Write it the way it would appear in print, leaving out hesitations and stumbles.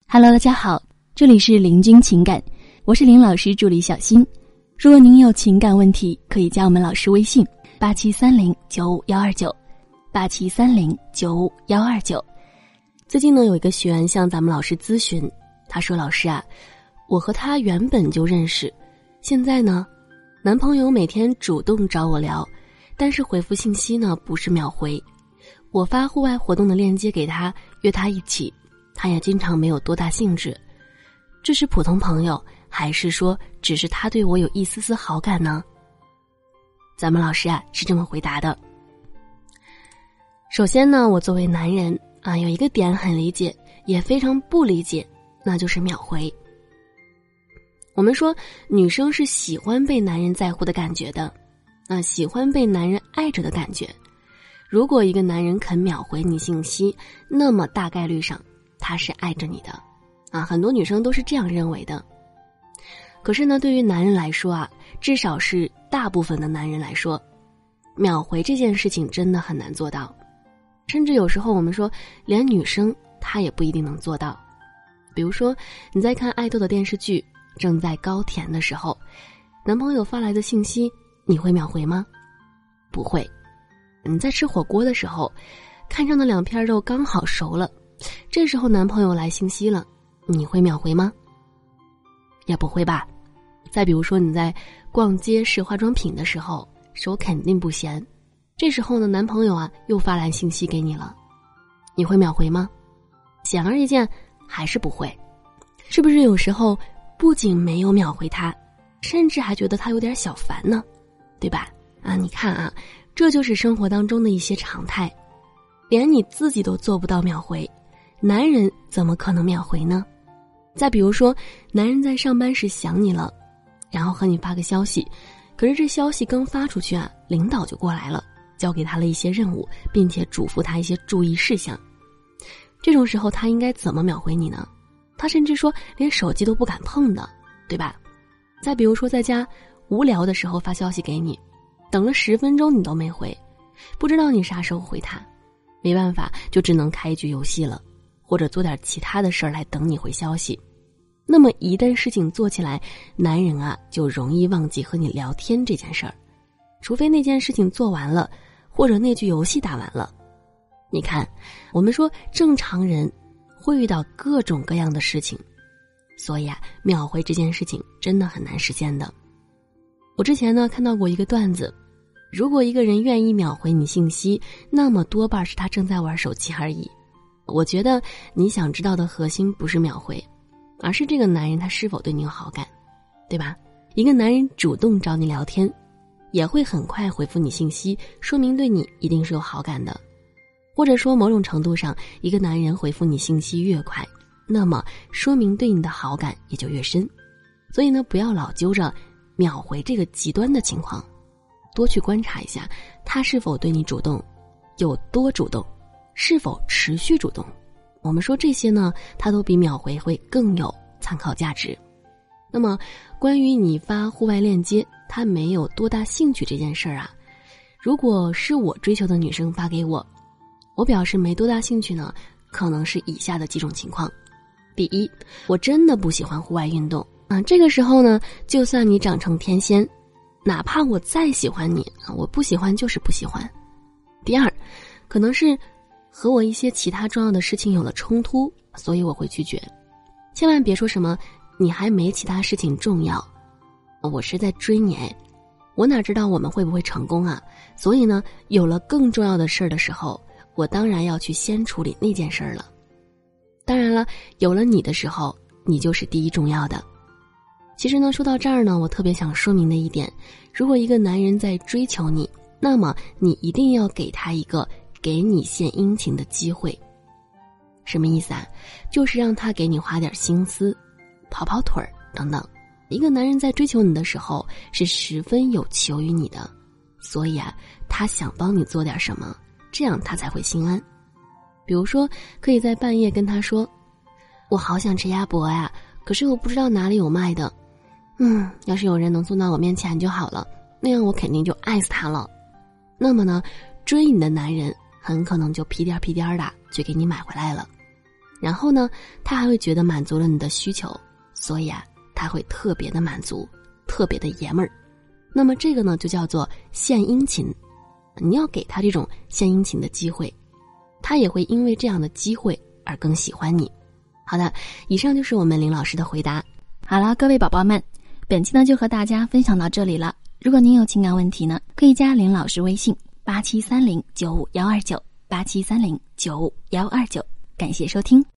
Hello， 大家好，这里是林君情感，我是林老师助理小新。如果您有情感问题，可以加我们老师微信8730-95129，8730-95129。最近呢，有一个学员向咱们老师咨询，他说：“老师啊，我和他原本就认识，现在呢，男朋友每天主动找我聊，但是回复信息呢不是秒回。我发户外活动的链接给他，约他一起。”他也经常没有多大兴致，这是普通朋友，还是说只是他对我有一丝丝好感呢？咱们老师啊是这么回答的。首先呢，我作为男人啊，有一个点很理解，也非常不理解，那就是秒回。我们说女生是喜欢被男人在乎的感觉的，喜欢被男人爱着的感觉。如果一个男人肯秒回你信息，那么大概率上他是爱着你的很多女生都是这样认为的。可是呢，对于男人来说至少是大部分的男人来说，秒回这件事情真的很难做到，甚至有时候我们说连女生她也不一定能做到。比如说你在看爱豆的电视剧，正在高甜的时候，男朋友发来的信息你会秒回吗？不会。你在吃火锅的时候，看上的2片肉刚好熟了，这时候男朋友来信息了，你会秒回吗？也不会吧。再比如说你在逛街试化妆品的时候，手肯定不闲，这时候呢，男朋友又发来信息给你了，你会秒回吗？显而易见还是不会。是不是有时候不仅没有秒回他，甚至还觉得他有点小烦呢？对吧？你看这就是生活当中的一些常态，连你自己都做不到秒回，男人怎么可能秒回呢？再比如说，男人在上班时想你了，然后和你发个消息，可是这消息刚发出去领导就过来了，交给他了一些任务，并且嘱咐他一些注意事项。这种时候他应该怎么秒回你呢？他甚至说连手机都不敢碰的，对吧？再比如说在家无聊的时候发消息给你，等了10分钟你都没回，不知道你啥时候回他，没办法就只能开一局游戏了，或者做点其他的事儿来等你回消息。那么一旦事情做起来，男人就容易忘记和你聊天这件事儿，除非那件事情做完了，或者那局游戏打完了。你看，我们说正常人会遇到各种各样的事情，所以秒回这件事情真的很难实现的。我之前呢看到过一个段子，如果一个人愿意秒回你信息，那么多半是他正在玩手机而已。我觉得你想知道的核心不是秒回，而是这个男人他是否对你有好感，对吧？一个男人主动找你聊天，也会很快回复你信息，说明对你一定是有好感的。或者说某种程度上，一个男人回复你信息越快，那么说明对你的好感也就越深。所以呢，不要老揪着秒回这个极端的情况，多去观察一下他是否对你主动，有多主动，是否持续主动。我们说这些呢，它都比秒回会更有参考价值。那么关于你发户外链接他没有多大兴趣这件事儿如果是我追求的女生发给我，我表示没多大兴趣呢，可能是以下的几种情况。第一，我真的不喜欢户外运动这个时候呢，就算你长成天仙，哪怕我再喜欢你我不喜欢就是不喜欢。第二，可能是和我一些其他重要的事情有了冲突，所以我会拒绝。千万别说什么你还没其他事情重要，我是在追你我哪知道我们会不会成功所以呢，有了更重要的事儿的时候，我当然要去先处理那件事儿了。当然了，有了你的时候，你就是第一重要的。其实呢，说到这儿呢，我特别想说明的一点，如果一个男人在追求你，那么你一定要给他一个给你献殷勤的机会。什么意思就是让他给你花点心思，跑跑腿儿等等。一个男人在追求你的时候是十分有求于你的，所以他想帮你做点什么，这样他才会心安。比如说可以在半夜跟他说，我好想吃鸭脖可是我不知道哪里有卖的，要是有人能送到我面前就好了，那样我肯定就爱死他了。那么呢，追你的男人很可能就屁颠屁颠的就给你买回来了。 然后呢，他还会觉得满足了你的需求，所以啊，他会特别的满足，特别的爷们儿。那么这个呢，就叫做献殷勤。你要给他这种献殷勤的机会，他也会因为这样的机会而更喜欢你。好的，以上就是我们林老师的回答。 好了，各位宝宝们，本期呢就和大家分享到这里了。如果您有情感问题呢，可以加林老师微信8730951129，8730951129。感谢收听。